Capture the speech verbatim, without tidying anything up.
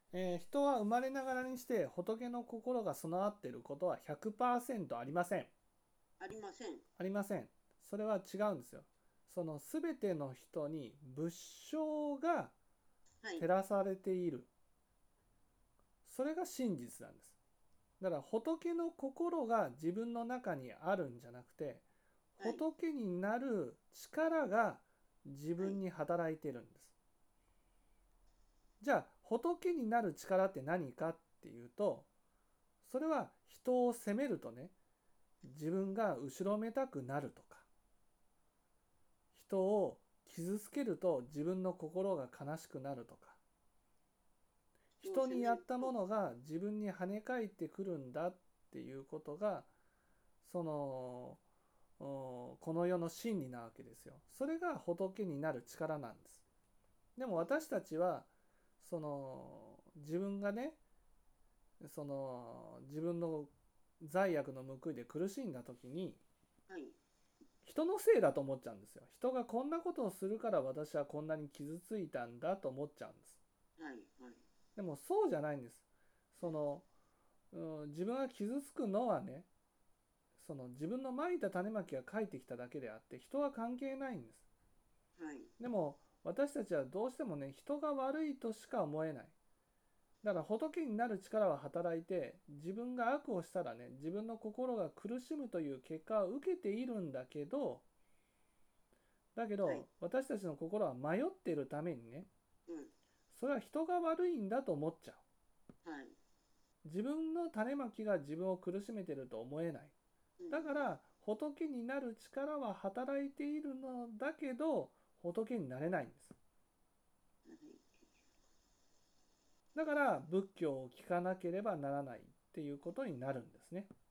えー人は生まれながらにして仏の心が備わっていることはひゃくパーセントありません。 ありません。 ありません。それは違うんですよ。その全ての人に仏性がはい。 照らされている。それが真実なんです。だから仏の心が自分の中にあるんじゃなくて、 はい。 仏になる力が自はい。 分に働いているんです。じゃあ仏になる力って何かっていうと、それは人を責めるとね、自分が後ろめたくなるとか、人を傷つけると自分の心が悲しくなるとか、 人を人にやったも責めると、 のが自分に跳ね返ってくるんだっていうことが、そのこの世の真理なわけですよ。それが仏になる力なんです。でも私たちはその自分がね、その自分の罪悪の報いで苦しんだ時に、 はい。 人のせいだと思っちゃうんですよ。人がこんなことをするから私はこんなに傷ついたんだと思っちゃうんです。 はい。はい。 でもそうじゃないんです。その、うん、自分が傷つくのはね、その自分の蒔いた種まきが返ってきただけであって人は関係ないんです。 はい。 でも私たちはどうしてもね、人が悪いとしか思えない。だから仏になる力は働いて、自分が悪をしたらね、自分の心が苦しむという結果を受けているんだけど、だけはい。 ど私たちの心は迷っているためにね、 うん。 それは人が悪いんだと思っちゃう。 はい。 自分の種まきが自分を苦しめていると思えない。 うん。 だから仏になる力は働いているのだけど、仏になれないんです。 はい。 だから仏教を聞かなければならないっていうことになるんですね。